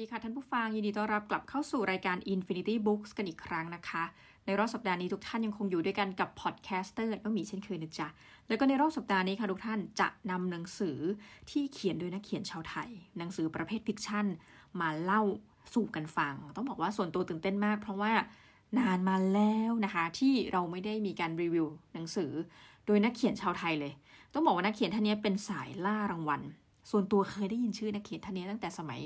ค่ะท่านผู้ฟังยินดีต้อนรับกลับเข้าสู่รายการ Infinity Books กันอีกครั้งนะคะในรอบสัปดาห์นี้ทุกท่านยังคงอยู่ด้วยกันกับพอดแคสเตอร์ก็มีเช่นเคยนะจ๊ะแล้วก็ในรอบสัปดาห์นี้ค่ะทุกท่านจะนำหนังสือที่เขียนโดยนักเขียนชาวไทยหนังสือประเภทฟิกชันมาเล่าสู่กันฟังต้องบอกว่าส่วนตัวตื่นเต้นมากเพราะว่านานมาแล้วนะคะที่เราไม่ได้มีการรีวิวหนังสือโดยนักเขียนชาวไทยเลยต้องบอกว่านักเขียนท่านนี้เป็นสายล่ารางวัลส่วนตัวเคยได้ยินชื่อนักเขียนท่านนี้ตั้งแต่สมัย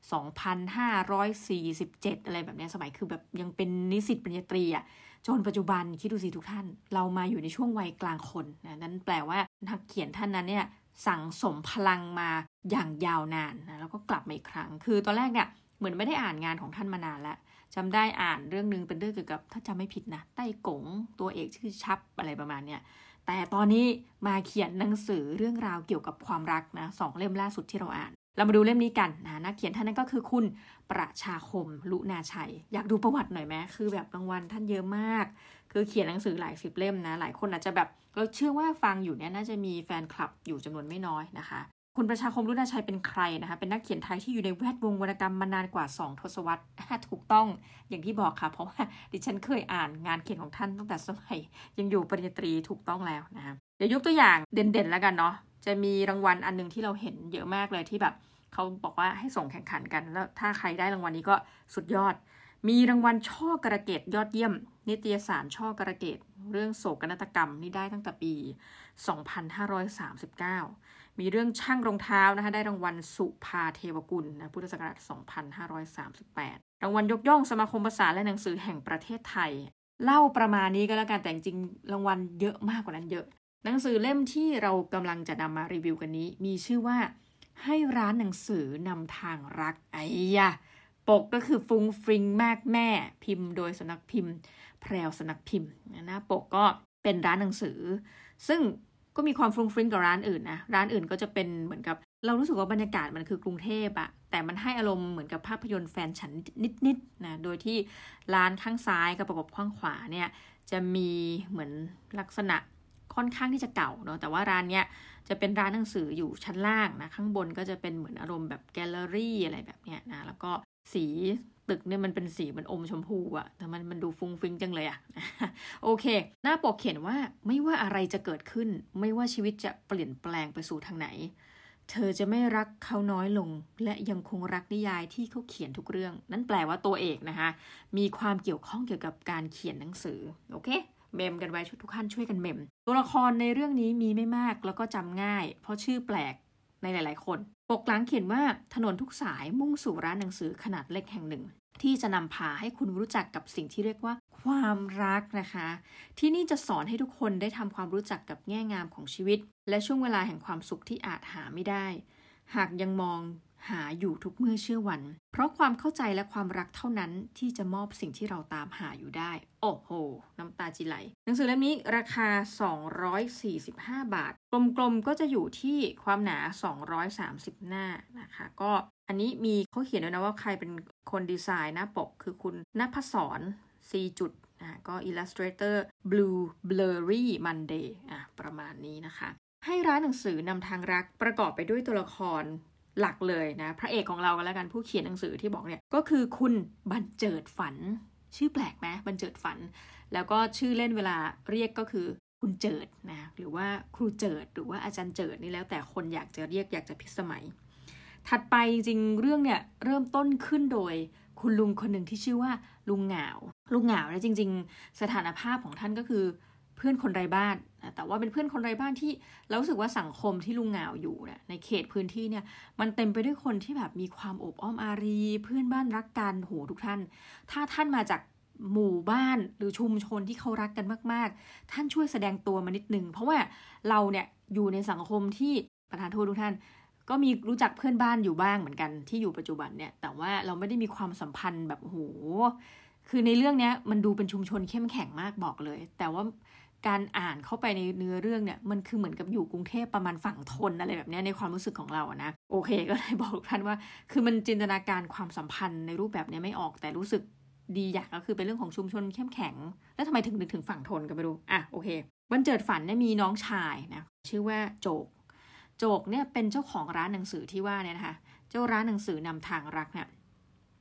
2547อะไรแบบนี้สมัยคือแบบยังเป็นนิสิตปริญญาตรีอ่ะจนปัจจุบันคิดดูสิทุกท่านเรามาอยู่ในช่วงวัยกลางคนนะนั่นแปลว่านักเขียนท่านนั้นเนี่ยสั่งสมพลังมาอย่างยาวนานนะแล้วก็กลับมาอีกครั้งคือตอนแรกเนี่ยเหมือนไม่ได้อ่านงานของท่านมานานแล้วจำได้อ่านเรื่องนึงเป็นเรื่องเกี่ยวกับถ้าจำไม่ผิดนะไต้กงตัวเอกชื่อชับอะไรประมาณเนี้ยแต่ตอนนี้มาเขียนหนังสือเรื่องราวเกี่ยวกับความรักนะ2 เล่มล่าสุดที่เราอ่านเรามาดูเล่มนี้กันนะนักเขียนท่านนั้นก็คือคุณประชาคมลุนาชัยอยากดูประวัติหน่อยไหมคือแบบรางวัลท่านเยอะมากคือเขียนหนังสือหลาย10 เล่มนะหลายคนอาจจะแบบเราเชื่อว่าฟังอยู่เนี่ยน่าจะมีแฟนคลับอยู่จำนวนไม่น้อยนะคะคุณประชาคมลุนาชัยเป็นใครนะคะเป็นนักเขียนไทยที่อยู่ในแวดวงวรรณกรรมมานานกว่า2 ทศวรรษถูกต้องอย่างที่บอกค่ะเพราะว่าดิฉันเคยอ่านงานเขียนของท่านตั้งแต่สมัยยังอยู่ปริญญาตรีถูกต้องแล้วนะคะเดี๋ยวยกตัวอย่างเด่นๆแล้วกันเนาะจะมีรางวัลอันนึงที่เราเห็นเยอะมากเลยที่แบบเขาบอกว่าให้ส่งแข่งขันกันแล้วถ้าใครได้รางวัลนี้ก็สุดยอดมีรางวัลช่อกระเกตยอดเยี่ยมนิตยสารช่อกระเกตเรื่องโศกนาฏกรรมนี่ได้ตั้งแต่ปี2539มีเรื่องช่างรองเท้านะคะได้รางวัลสุภาเทวกุลนะพุทธศักราช2538รางวัลยกย่องสมาคมภาษาและหนังสือแห่งประเทศไทยเล่าประมาณนี้ก็แล้วกันแต่จริงรางวัลเยอะมากกว่านั้นเยอะหนังสือเล่มที่เรากำลังจะนำมารีวิวกันนี้มีชื่อว่าให้ร้านหนังสือนำทางรักไอ้ยะปกก็คือฟรุ้งฟริ้งมากแม่พิมพ์โดยสำนักพิมพ์แพรวสำนักพิมพ์หน้าปกก็เป็นร้านหนังสือซึ่งก็มีความฟรุ้งฟริ้งกับร้านอื่นนะร้านอื่นก็จะเป็นเหมือนกับเรารู้สึกว่าบรรยากาศมันคือกรุงเทพอะแต่มันให้อารมณ์เหมือนกับภาพยนตร์แฟนฉันนิดๆนะโดยที่ร้านข้างซ้ายกับประกบข้างขวาเนี่ยจะมีเหมือนลักษณะค่อนข้างที่จะเก่าเนาะแต่ว่าร้านเนี้ยจะเป็นร้านหนังสืออยู่ชั้นล่างนะข้างบนก็จะเป็นเหมือนอารมณ์แบบแกลเลอรี่อะไรแบบเนี้ยนะแล้วก็สีตึกเนี่ยมันเป็นสีมันอมชมพูอะแต่มันดูฟุ้งฟิ้งจังเลยอะโอเคหน้าปกเขียนว่าไม่ว่าอะไรจะเกิดขึ้นไม่ว่าชีวิตจะเปลี่ยนแปลงไปสู่ทางไหนเธอจะไม่รักเขาน้อยลงและยังคงรักนิยายที่เขาเขียนทุกเรื่องนั่นแปลว่าตัวเอกนะคะมีความเกี่ยวข้องเกี่ยวกับการเขียนหนังสือโอเคเมมกันไว้ทุกท่านช่วยกันเมมตัวละครในเรื่องนี้มีไม่มากแล้วก็จำง่ายเพราะชื่อแปลกในหลายๆคนปกหลังเขียนว่าถนนทุกสายมุ่งสู่ร้านหนังสือขนาดเล็กแห่งหนึ่งที่จะนำพาให้คุณรู้จักกับสิ่งที่เรียกว่าความรักนะคะที่นี่จะสอนให้ทุกคนได้ทำความรู้จักกับแง่งามของชีวิตและช่วงเวลาแห่งความสุขที่อาจหาไม่ได้หากยังมองหาอยู่ทุกเมื่อเชื่อวันเพราะความเข้าใจและความรักเท่านั้นที่จะมอบสิ่งที่เราตามหาอยู่ได้โอ้โหน้ำตาจิไหลหนังสือเล่มนี้ราคา245 บาทกลมๆก็จะอยู่ที่ความหนา230 หน้านะคะก็อันนี้มีเขาเขียนด้วยนะว่าใครเป็นคนดีไซน์หน้าปกคือคุณณภศร C จุดก็ Illustrator Blue Blurry Monday ประมาณนี้นะคะให้ร้านหนังสือนำทางรักประกอบไปด้วยตัวละครหลักเลยนะพระเอกของเรากันแล้วกันผู้เขียนหนังสือที่บอกเนี่ยก็คือคุณบรรเจิดฝันชื่อแปลกไหมบรรเจิดฝันแล้วก็ชื่อเล่นเวลาเรียกก็คือคุณเจิดนะหรือว่าครูเจิดหรือว่าอาจารย์เจิดนี่แล้วแต่คนอยากจะเรียกอยากจะพิสมัยถัดไปจริงเรื่องเนี่ยเริ่มต้นขึ้นโดยคุณลุงคนหนึ่งที่ชื่อว่าลุงเหงาแล้วจริงๆสถานภาพของท่านก็คือเพื่อนคนไร้บ้านแต่ว่าเป็นเพื่อนคนไร้บ้านที่เรารู้สึกว่าสังคมที่ลุงเหงาอยู่เนี่ยในเขตพื้นที่เนี่ยมันเต็มไปด้วยคนที่แบบมีความอบอ้อมอารีเพื่อนบ้านรักกันโหทุกท่านถ้าท่านมาจากหมู่บ้านหรือชุมชนที่เขารักกันมากๆท่านช่วยแสดงตัวมานิดนึงเพราะว่าเราเนี่ยอยู่ในสังคมที่ประธานโทษทุกท่านก็มีรู้จักเพื่อนบ้านอยู่บ้างเหมือนกันที่อยู่ปัจจุบันเนี่ยแต่ว่าเราไม่ได้มีความสัมพันธ์แบบโหคือในเรื่องนี้มันดูเป็นชุมชนเข้มแข็งมากบอกเลยแต่ว่าการอ่านเข้าไปในเนื้อเรื่องเนี่ยมันคือเหมือนกับอยู่กรุงเทพประมาณฝั่งทนอะไรแบบนี้ในความรู้สึกของเราอะนะโอเคก็เลยบอกท่านว่าคือมันจินตนาการความสัมพันธ์ในรูปแบบนี้ไม่ออกแต่รู้สึกดีอย่างก็คือเป็นเรื่องของชุมชนเข้มแข็งแล้วทำไมถึงนึกถึงฝั่งทนกันไปดูโอเคบรรเจิดฝันเนี่ยมีน้องชายนะชื่อว่าโจกเนี่ยเป็นเจ้าของร้านหนังสือที่ว่าเนี่ยนะคะเจ้าร้านหนังสือนำทางรักเนี่ย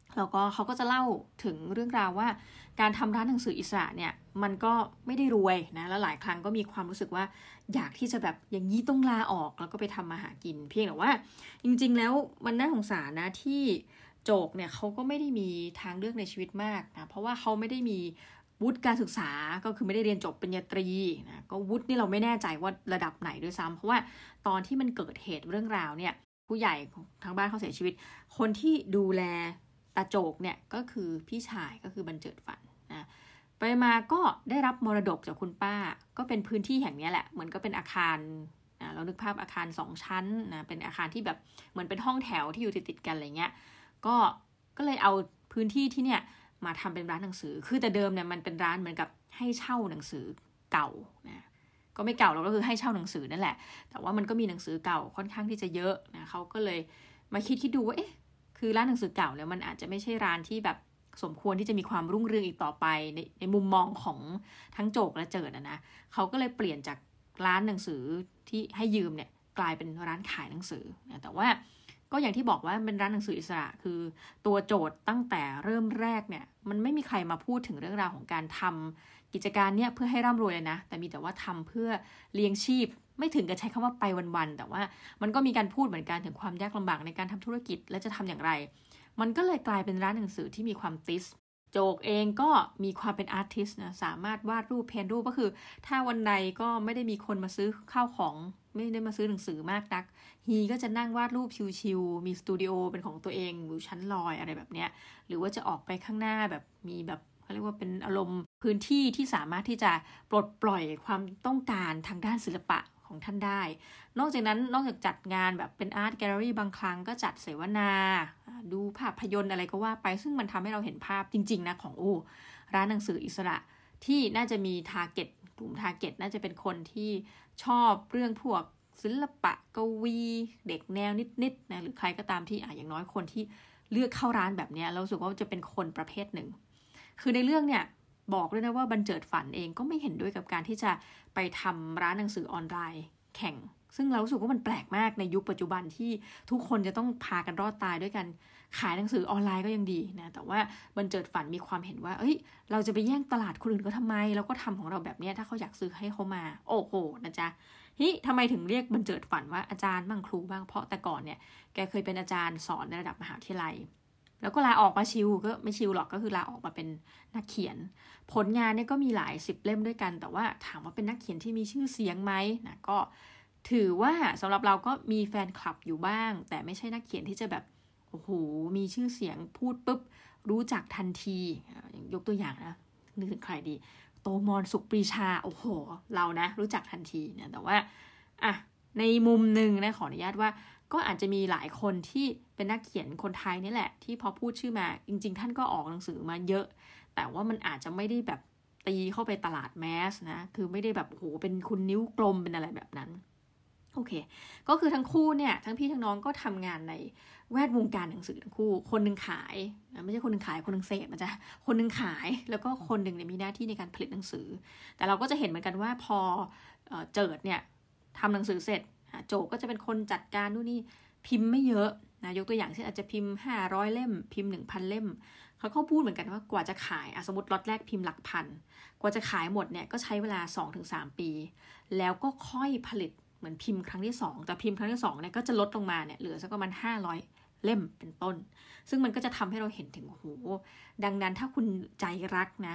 แล้วก็เขาก็จะเล่าถึงเรื่องราวว่าการทำร้านหนังสืออิสระเนี่ยมันก็ไม่ได้รวยนะแล้วหลายครั้งก็มีความรู้สึกว่าอยากที่จะแบบอย่างนี้ต้องลาออกแล้วก็ไปทำมาหากินเพียงแต่ว่าจริงๆแล้วมันน่าสงสารนะที่โจกเนี่ยเขาก็ไม่ได้มีทางเลือกในชีวิตมากนะเพราะว่าเขาไม่ได้มีวุฒิการศึกษาก็คือไม่ได้เรียนจบปริญญาตรีนะก็วุฒินี่เราไม่แน่ใจว่าระดับไหนด้วยซ้ำเพราะว่าตอนที่มันเกิดเหตุเรื่องราวเนี่ยผู้ใหญ่ทางบ้านเขาเสียชีวิตคนที่ดูแลตาโจกเนี่ยก็คือพี่ชายก็คือบันเจิดฝันนะไปมาก็ได้รับมรดกจากคุณป้าก็เป็นพื้นที่แห่งนี้แหละเหมือนก็เป็นอาคารนะเรานึกภาพอาคาร2ชั้นนะเป็นอาคารที่แบบเหมือนเป็นห้องแถวที่อยู่ติดๆกันอะไรเงี้ยก็เลยเอาพื้นที่ที่เนี่ยมาทำเป็นร้านหนังสือคือแต่เดิมเนี่ยมันเป็นร้านเหมือนกับให้เช่าหนังสือเก่านะก็ไม่เก่าหรอกก็คือให้เช่าหนังสือนั่นแหละแต่ว่ามันก็มีหนังสือเก่าค่อนข้างที่จะเยอะนะเขาก็เลยมาคิดดูว่าคือร้านหนังสือเก่าเนี่ยมันอาจจะไม่ใช่ร้านที่แบบสมควรที่จะมีความรุ่งเรืองอีกต่อไปในมุมมองของทั้งโจกและเจิดนะเขาก็เลยเปลี่ยนจากร้านหนังสือที่ให้ยืมเนี่ยกลายเป็นร้านขายหนังสือนะแต่ว่าก็อย่างที่บอกว่าเป็นร้านหนังสืออิสระคือตัวโจทย์ตั้งแต่เริ่มแรกเนี่ยมันไม่มีใครมาพูดถึงเรื่องราวของการทำกิจการเนี่ยเพื่อให้ร่ำรวยเลยนะแต่มีแต่ว่าทำเพื่อเลี้ยงชีพไม่ถึงกับใช้คำว่าไปวันๆแต่ว่ามันก็มีการพูดเหมือนกันถึงความยากลำบากในการทำธุรกิจและจะทำอย่างไรมันก็เลยกลายเป็นร้านหนังสือที่มีความติสโจกเองก็มีความเป็นอาร์ติสต์นะสามารถวาดรูปเพ้นรูปก็คือถ้าวันใดก็ไม่ได้มีคนมาซื้อข้าวของไม่ได้มาซื้อหนังสือมากนักฮีก็จะนั่งวาดรูปชิวๆมีสตูดิโอเป็นของตัวเองอยู่ชั้นลอยอะไรแบบเนี้ยหรือว่าจะออกไปข้างหน้าแบบมีแบบเขาเรียกว่าเป็นอารมณ์พื้นที่ที่สามารถที่จะปลดปล่อยความต้องการทางด้านศิลปะของท่านได้นอกจากนั้นนอกจากจัดงานแบบเป็นอาร์ตแกลเลอรี่บางครั้งก็จัดเสวนาดูภาพยนตร์อะไรก็ว่าไปซึ่งมันทำให้เราเห็นภาพจริงๆนะของร้านหนังสืออิสระที่น่าจะมีทาร์เก็ตกลุ่มทาร์เก็ตน่าจะเป็นคนที่ชอบเรื่องพวกศิลปะกวีเด็กแนวนิดๆนะหรือใครก็ตามที่อย่างน้อยคนที่เลือกเข้าร้านแบบนี้เรารู้สึกว่าจะเป็นคนประเภทหนึ่งคือในเรื่องเนี่ยบอกด้วยนะว่าบันเจิดฝันเองก็ไม่เห็นด้วยกับการที่จะไปทำร้านหนังสือออนไลน์แข่งซึ่งเรารู้สึกว่ามันแปลกมากในยุคปัจจุบันที่ทุกคนจะต้องพากันรอดตายด้วยกันขายหนังสือออนไลน์ก็ยังดีนะแต่ว่าบันเจิดฝันมีความเห็นว่าเราจะไปแย่งตลาดคนอื่นก็ทำไมเราก็ทำของเราแบบนี้ถ้าเขาอยากซื้อให้เขามาโอ้โหนะจ๊ะทำไมถึงเรียกบันเจิดฝันว่าอาจารย์บ้างครูบ้างเพราะแต่ก่อนเนี่ยแกเคยเป็นอาจารย์สอนในระดับมหาวิทยาลัยแล้วก็ลาออกมาชิลก็ไม่ชิลหรอกก็คือลาออกมาเป็นนักเขียนผลงานเนี่ยก็มีหลาย10 เล่มด้วยกันแต่ว่าถามว่าเป็นนักเขียนที่มีชื่อเสียงไหมนะก็ถือว่าสำหรับเราก็มีแฟนคลับอยู่บ้างแต่ไม่ใช่นักเขียนที่จะแบบโอ้โหมีชื่อเสียงพูดปุ๊บรู้จักทันทียกตัวอย่างนะนึกถึงใครดีโตมรสุขปรีชาโอ้โหเรานะรู้จักทันทีนะแต่ว่าในมุมนึงนะขออนุญาตว่าก็อาจจะมีหลายคนที่เป็นนักเขียนคนไทยนี่แหละที่พอพูดชื่อมาจริงๆท่านก็ออกหนังสือมาเยอะแต่ว่ามันอาจจะไม่ได้แบบตีเข้าไปตลาดแมสนะคือไม่ได้แบบโอ้โหเป็นคุณนิ้วกลมเป็นอะไรแบบนั้นโอเคก็คือทั้งคู่เนี่ยทั้งพี่ทั้งน้องก็ทำงานในแวดวงการหนังสือทั้งคู่คนหนึ่งขายไม่ใช่คนหนึ่งขายคนหนึ่งเสพนะจ๊ะคนหนึ่งขายแล้วก็คนหนึ่งเนี่ยมีหน้าที่ในการผลิตหนังสือแต่เราก็จะเห็นเหมือนกันว่าพอเจิดเนี่ยทำหนังสือเสร็จโจก็จะเป็นคนจัดการนู่นนี่พิมพ์ไม่เยอะนะยกตัวอย่างเช่นอาจจะพิมพ์500 เล่มพิมพ์ 1,000 เล่มเขาก็พูดเหมือนกันว่ากว่าจะขายสมมติล็อตแรกพิมพ์หลักพันกว่าจะขายหมดเนี่ยก็ใช้เวลา 2-3 ปีแล้วก็ค่อยผลิตเหมือนพิมพ์ครั้งที่2แต่พิมพ์ครั้งที่2เนี่ยก็จะลดลงมาเนี่ยเหลือสักประมาณ500 เล่มเป็นต้นซึ่งมันก็จะทำให้เราเห็นถึงโอ้โหดังนั้นถ้าคุณใจรักนะ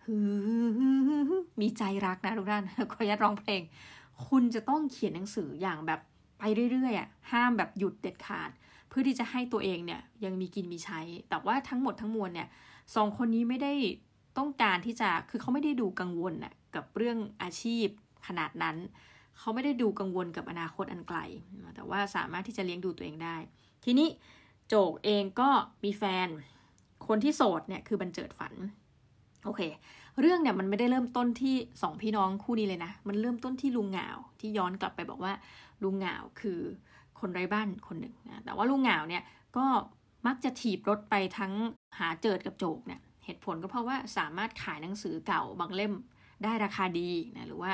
มีใจรักนะทุกท่านขออนุญาตร้องเพลงคุณจะต้องเขียนหนังสืออย่างแบบไปเรื่อยๆห้ามแบบหยุดเด็ดขาดเพื่อที่จะให้ตัวเองเนี่ยยังมีกินมีใช้แต่ว่าทั้งหมดทั้งมวลเนี่ย2 คนนี้ไม่ได้ต้องการที่จะคือเขาไม่ได้ดูกังวลน่ะกับเรื่องอาชีพขนาดนั้นเขาไม่ได้ดูกังวลกับอนาคตอันไกลแต่ว่าสามารถที่จะเลี้ยงดูตัวเองได้ทีนี้โจกเองก็มีแฟนคนที่โสดเนี่ยคือบันเจิดฝันโอเคเรื่องเนี่ยมันไม่ได้เริ่มต้นที่2 พี่น้องคู่นี้เลยนะมันเริ่มต้นที่ลุงเหงาที่ย้อนกลับไปบอกว่าลุงเหงาคือคนไร้บ้านคนหนึ่งนะแต่ว่าลุงเหงาเนี่ยก็มักจะถีบรถไปทั้งหาเจิดกับโจกเนี่ยเหตุผลก็เพราะว่าสามารถขายหนังสือเก่าบางเล่มได้ราคาดีนะหรือว่า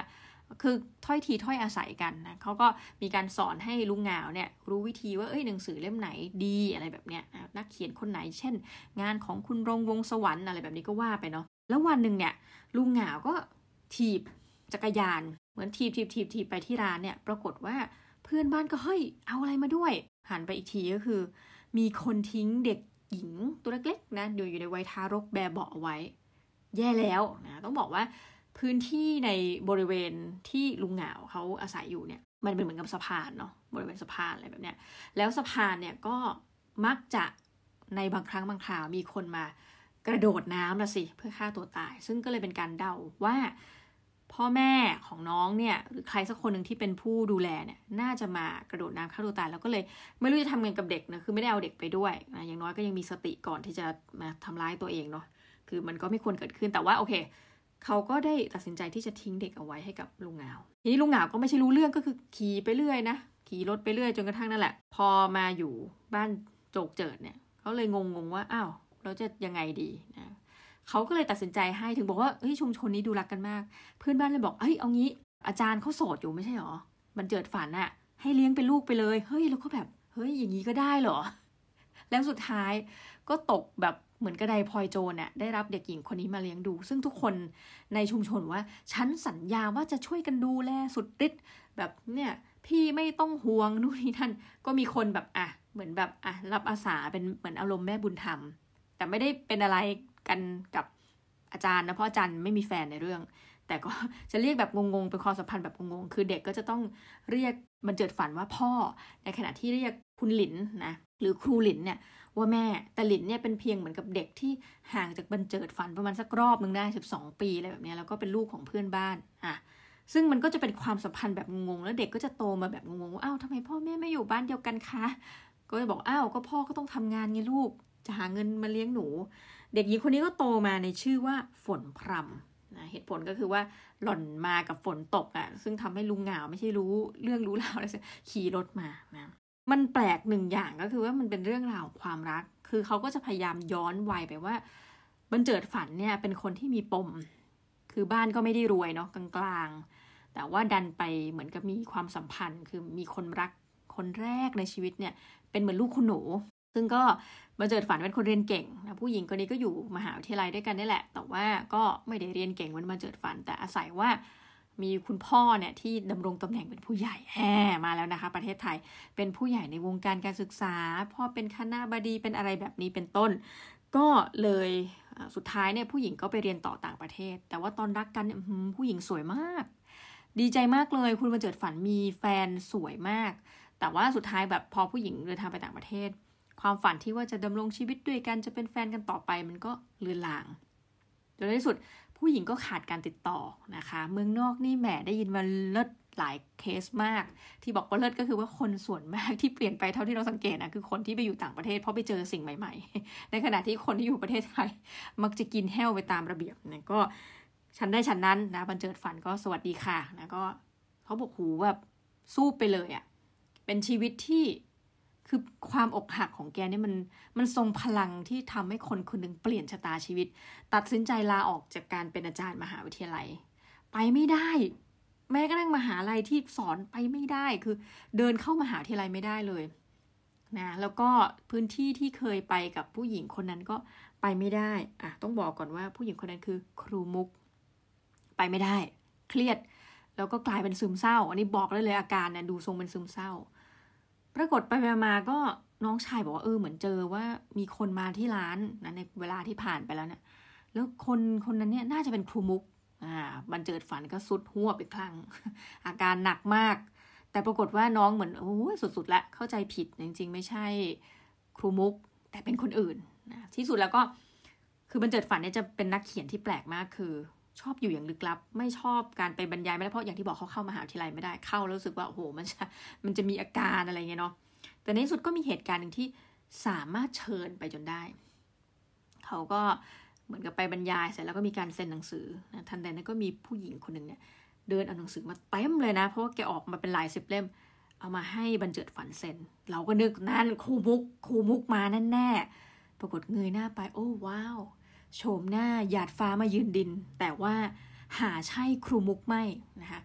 คือถ้อยทีถ้อยอาศัยกันนะเขาก็มีการสอนให้ลุงเหงาเนี่ยรู้วิธีว่าหนังสือเล่มไหนดีอะไรแบบเนี้ยนักเขียนคนไหนเช่นงานของคุณรงวงศ์สวรรค์อะไรแบบนี้ก็ว่าไปเนาะแล้ววันหนึ่งเนี่ยลุงเหงาก็ถีบจักรยานเหมือนถีบไปที่ร้านเนี่ยปรากฏว่าเพื่อนบ้านก็เฮ้ยเอาอะไรมาด้วยหันไปอีกทีก็คือมีคนทิ้งเด็กหญิงตัวเล็กๆนะอยู่ในวัยทารกแบเบาะเอาไว้แย่แล้วนะต้องบอกว่าพื้นที่ในบริเวณที่ลุงเหงาเขาอาศัยอยู่เนี่ยมันเป็นเหมือนกับสะพานเนาะบริเวณสะพานอะไรแบบเนี้ยแล้วสะพานเนี่ยก็มักจะในบางครั้งบางคราวมีคนมากระโดดน้ำละสิเพื่อฆ่าตัวตายซึ่งก็เลยเป็นการเดาว่าพ่อแม่ของน้องเนี่ยหรือใครสักคนหนึ่งที่เป็นผู้ดูแลเนี่ยน่าจะมากระโดดน้ำฆ่าตัวตายแล้วก็เลยไม่รู้จะทำไงกับเด็กนะคือไม่ได้เอาเด็กไปด้วยนะอย่างน้อยก็ยังมีสติก่อนที่จะมาทำร้ายตัวเองเนาะคือมันก็ไม่ควรเกิดขึ้นแต่ว่าโอเคเขาก็ได้ตัดสินใจที่จะทิ้งเด็กเอาไว้ให้กับลุงเหงาทีนี้ลุงเหงาก็ไม่ใช่รู้เรื่องก็คือขี่ไปเรื่อยนะขี่รถไปเรื่อยจนกระทั่งนั่นแหละพอมาอยู่บ้านโจกเจิดเนี่ยเขาเลยงงว่าอ้าวเราจะยังไงดีนะเขาก็เลยตัดสินใจให้ถึงบอกว่าชุมชนนี้ดูรักกันมากเพื่อนบ้านเลยบอกเอางี้อาจารย์เขาโสดอยู่ไม่ใช่หรอมันเจิดฝันอะให้เลี้ยงเป็นลูกไปเลยเฮ้ยแล้วก็แบบเฮ้ยอย่างนี้ก็ได้เหรอแล้วสุดท้ายก็ตกแบบเหมือนกระไดพลอยโจรน่ะได้รับเด็กหญิงคนนี้มาเลี้ยงดูซึ่งทุกคนในชุมชนว่าฉันสัญญาว่าจะช่วยกันดูแลสุดฤทธิ์แบบเนี่ยพี่ไม่ต้องห่วงนู่นนี่นั่นก็มีคนแบบเหมือนแบบรับอาสาเป็นเหมือนอารมณ์แม่บุญธรรมแต่ไม่ได้เป็นอะไรกันกับอาจารย์นะเพราะอาจารย์ไม่มีแฟนในเรื่องแต่ก็จะเรียกแบบงงๆเป็นความสัมพันธ์แบบงงๆคือเด็กก็จะต้องเรียกมันเจิดฝันว่าพ่อในขณะที่เรียกคุณหลินนะหรือครูหลินเนี่ยว่าแม่แต่หลินเนี่ยเป็นเพียงเหมือนกับเด็กที่ห่างจากบรรเจิดฝันประมาณสักรอบนึงได้12 ปีอะไรแบบนี้แล้วก็เป็นลูกของเพื่อนบ้านซึ่งมันก็จะเป็นความสัมพันธ์แบบงงๆแล้วเด็กก็จะโตมาแบบงงๆว่าทำไมพ่อแม่ไม่อยู่บ้านเดียวกันคะก็จะบอกก็พ่อก็ต้องทำงานไงลูกจะหาเงินมาเลี้ยงหนูเด็กหญิงคนนี้ก็โตมาในชื่อว่าฝนพรำนะเหตุผลก็คือว่าหล่อนมากับฝนตกซึ่งทำให้ลุงเหงาไม่ใช่รู้เรื่องรู้ราวอะไรสิขี่รถมานะมันแปลกหนึ่งอย่างก็คือว่ามันเป็นเรื่องราวความรักคือเขาก็จะพยายามย้อนวัยไปว่าบันเจิดฝันเนี่ยเป็นคนที่มีปมคือบ้านก็ไม่ได้รวยเนาะกลางๆแต่ว่าดันไปเหมือนกับมีความสัมพันธ์คือมีคนรักคนแรกในชีวิตเนี่ยเป็นเหมือนลูกคุณหนูซึ่งก็บันเจิดฝันเป็นคนเรียนเก่งนะผู้หญิงคนนี้ก็อยู่มหาวิทยาลัยด้วยกันนี่แหละแต่ว่าก็ไม่ได้เรียนเก่งเหมือนบันเจิดฝันแต่อาศัยว่ามีคุณพ่อเนี่ยที่ดำรงตำแหน่งเป็นผู้ใหญ่มาแล้วนะคะประเทศไทยเป็นผู้ใหญ่ในวงการการศึกษาพ่อเป็นคณบดีเป็นอะไรแบบนี้เป็นต้นก็เลยสุดท้ายเนี่ยผู้หญิงก็ไปเรียนต่อต่างประเทศแต่ว่าตอนรักกันผู้หญิงสวยมากดีใจมากเลยคุณบันเจิดฝันมีแฟนสวยมากแต่ว่าสุดท้ายแบบพอผู้หญิงเดินทางไปต่างประเทศความฝันที่ว่าจะดำรงชีวิตด้วยกันจะเป็นแฟนกันต่อไปมันก็เลือนลางจนในที่สุดผู้หญิงก็ขาดการติดต่อนะคะเมืองนอกนี่แหมได้ยินมาเลิศหลายเคสมากที่บอกว่าเลิศก็คือว่าคนส่วนมากที่เปลี่ยนไปเท่าที่เราสังเกตนะคือคนที่ไปอยู่ต่างประเทศเพราะไปเจอสิ่งใหม่ๆในขณะที่คนที่อยู่ประเทศไทยมักจะกินแห้วไปตามระเบียบนะก็ฉันได้ฉันนั้นนะบันเจิดฝันก็สวัสดีค่ะนะก็เขาบอกหูแบบสู้ไปเลยเป็นชีวิตที่คือความอกหักของแกเนี่ยมันทรงพลังที่ทำให้คนคนหนึ่งเปลี่ยนชะตาชีวิตตัดสินใจลาออกจากการเป็นอาจารย์มหาวิทยาลัยไปไม่ได้แม้กระทั่งมหาลัยที่สอนไปไม่ได้คือเดินเข้ามหาวิทยาลัยไม่ได้เลยนะแล้วก็พื้นที่ที่เคยไปกับผู้หญิงคนนั้นก็ไปไม่ได้ต้องบอกก่อนว่าผู้หญิงคนนั้นคือครูมุกไปไม่ได้เครียดแล้วก็กลายเป็นซึมเศร้าอันนี้บอกได้เลยอาการเนี่ยดูทรงเป็นซึมเศร้าปรากฏไปมาก็น้องชายบอกว่าเหมือนเจอว่ามีคนมาที่ร้านนะในเวลาที่ผ่านไปแล้วเนี่ยแล้วคนนั้นเนี่ยน่าจะเป็นครูมุกบันเจิดฝันก็สุดหัวไปครั้งอาการหนักมากแต่ปรากฏว่าน้องเหมือนสุดๆแล้วเข้าใจผิดจริงๆไม่ใช่ครูมุกแต่เป็นคนอื่นนะที่สุดแล้วก็คือบันเจิดฝันเนี่ยจะเป็นนักเขียนที่แปลกมากคือชอบอยู่อย่างลึกลับไม่ชอบการไปบรรยายไม่ได้เพราะอย่างที่บอกเขาเข้ามหาวิทยาลัยไม่ได้เข้าแล้วรู้สึกว่าโอ้โหมันจะมีอาการอะไรเงี้ยเนาะแต่ในที่สุดก็มีเหตุการณ์หนึ่งที่สามารถเชิญไปจนได้เขาก็เหมือนกับไปบรรยายเสร็จแล้วก็มีการเซ็นหนังสือนะทันใดนั้นก็มีผู้หญิงคนหนึ่งเนี่ยเดินเอาหนังสือมาเต็มเลยนะเพราะว่าแกออกมาเป็นหลาย10 เล่มเอามาให้บันเจิดฝันเซ็นเราก็นึกนั่นครูมุกมาแน่ๆปรากฏเงยหน้าไปโอ้ว้าวโฉมหน้าหยาดฟ้ามายืนดินแต่ว่าหาใช่ครูมุกไม่นะคะ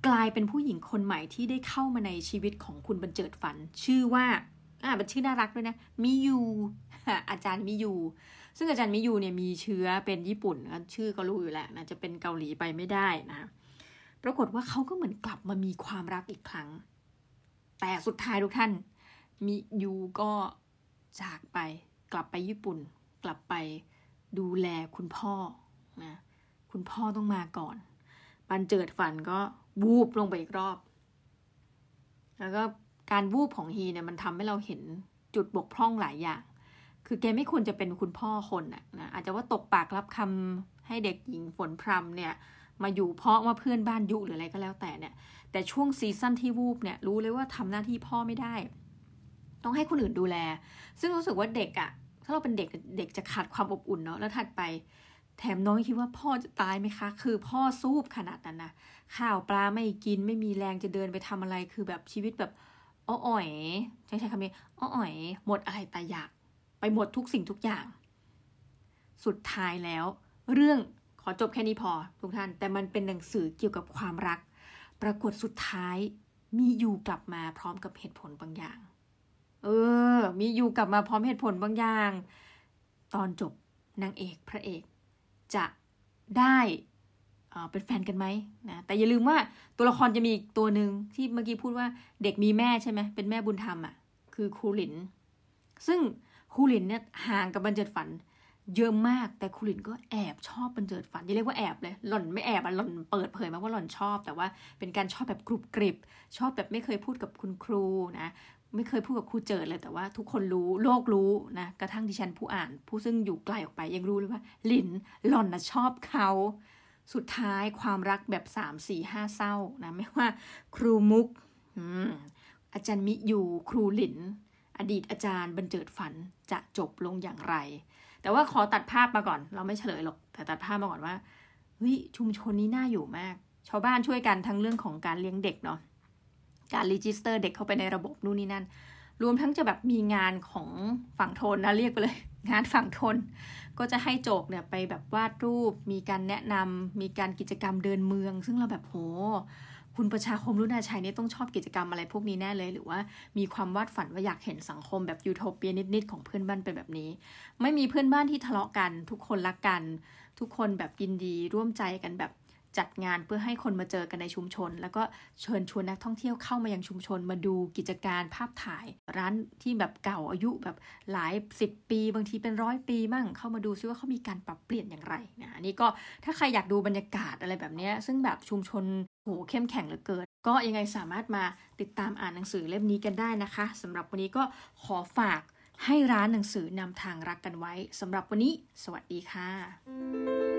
กลายเป็นผู้หญิงคนใหม่ที่ได้เข้ามาในชีวิตของคุณบรรเจิดฝันชื่อว่าเป็นชื่อน่ารักด้วยนะมิยูอาจารย์มิยูซึ่งอาจารย์มิยูเนี่ยมีเชื้อเป็นญี่ปุ่นชื่อก็รู้อยู่แล้วนะจะเป็นเกาหลีไปไม่ได้นะปรากฏว่าเขาก็เหมือนกลับมามีความรักอีกครั้งแต่สุดท้ายทุกท่านมิยูก็จากไปกลับไปญี่ปุ่นกลับไปดูแลคุณพ่อนะคุณพ่อต้องมาก่อนบรรเจิดฝันก็วูบลงไปอีกรอบแล้วก็การวูบของฮีเนี่ยมันทำให้เราเห็นจุดบกพร่องหลายอย่างคือแกไม่ควรจะเป็นคุณพ่อคนนะอาจจะว่าตกปากรับคำให้เด็กหญิงฝนพรำเนี่ยมาอยู่เพราะว่าเพื่อนบ้านยุหรืออะไรก็แล้วแต่เนี่ยแต่ช่วงซีซั่นที่วูบเนี่ยรู้เลยว่าทำหน้าที่พ่อไม่ได้ต้องให้คนอื่นดูแลซึ่งรู้สึกว่าเด็กอะถ้าเราเป็นเด็กจะขาดความอบอุ่นเนาะแล้วถัดไปแถมน้องคิดว่าพ่อจะตายไหมคะคือพ่อซูบขนาดนั้นนะข้าวปลาไม่กินไม่มีแรงจะเดินไปทำอะไรคือแบบชีวิตแบบอ้อยใช้คำนี้อ้อยหมดอะไรตายอยากไปหมดทุกสิ่งทุกอย่างสุดท้ายแล้วเรื่องขอจบแค่นี้พอทุกท่านแต่มันเป็นหนังสือเกี่ยวกับความรักปรากฏสุดท้ายมีอยู่กลับมาพร้อมกับเหตุผลบางอย่างมีอยู่กลับมาพร้อมเหตุผลบางอย่างตอนจบนางเอกพระเอกจะได้เป็นแฟนกันไหมนะแต่อย่าลืมว่าตัวละครจะมีอีกตัวหนึ่งที่เมื่อกี้พูดว่าเด็กมีแม่ใช่ไหมเป็นแม่บุญธรรมคือครูหลินซึ่งครูหลินเนี่ยห่างกับบรรเจิดฝันเยอะมากแต่ครูหลินก็แอบชอบบรรเจิดฝันอย่าเรียกว่าแอบเลยหล่อนไม่แอบหล่อนเปิดเผยมาว่าหล่อนชอบแต่ว่าเป็นการชอบแบบกรุบกริบชอบแบบไม่เคยพูดกับคุณครูนะไม่เคยพูดกับครูเจิดเลยแต่ว่าทุกคนรู้โลกรู้นะกระทั่งดิฉันผู้อ่านผู้ซึ่งอยู่ไกลออกไปยังรู้เลยว่าหลินหล่อนนะชอบเขาสุดท้ายความรักแบบ3 4 5เศร้านะไม่ว่าครูมุกอาจารย์มิยูครูหลินอดีตอาจารย์บรรเจิดฝันจะจบลงอย่างไรแต่ว่าขอตัดภาพมาก่อนเราไม่เฉลยหรอกแต่ตัดภาพมาก่อนว่าชุมชนนี้น่าอยู่มากชาวบ้านช่วยกันทั้งเรื่องของการเลี้ยงเด็กเนาะการรีจิสเตอร์เด็กเข้าไปในระบบนู่นนี่นั่นรวมทั้งจะแบบมีงานของฝั่งทนนะเรียกไปเลยงานฝั่งทนก็จะให้โจกเนี่ยไปแบบวาดรูปมีการแนะนำมีการกิจกรรมเดินเมืองซึ่งเราแบบโหคุณประชาคมรุ่นาชัยนี่ต้องชอบกิจกรรมอะไรพวกนี้แน่เลยหรือว่ามีความวาดฝันว่าอยากเห็นสังคมแบบยูโทเปียนิดๆของเพื่อนบ้านเป็นแบบนี้ไม่มีเพื่อนบ้านที่ทะเลาะกันทุกคนรักกันทุกคนแบบยินดีร่วมใจกันแบบจัดงานเพื่อให้คนมาเจอกันในชุมชนแล้วก็เชิญชวนนักท่องเที่ยวเข้ามายังชุมชนมาดูกิจการภาพถ่ายร้านที่แบบเก่าอายุแบบหลาย10 ปีบางทีเป็น100 ปีมั่งเข้ามาดูซิว่าเขามีการปรับเปลี่ยนอย่างไรนะนี่ก็ถ้าใครอยากดูบรรยากาศอะไรแบบนี้ซึ่งแบบชุมชนโหเข้มแข็งเหลือเกินก็ยังไงสามารถมาติดตามอ่านหนังสือเล่มนี้กันได้นะคะสำหรับวันนี้ก็ขอฝากให้ร้านหนังสือนำทางรักกันไว้สำหรับวันนี้สวัสดีค่ะ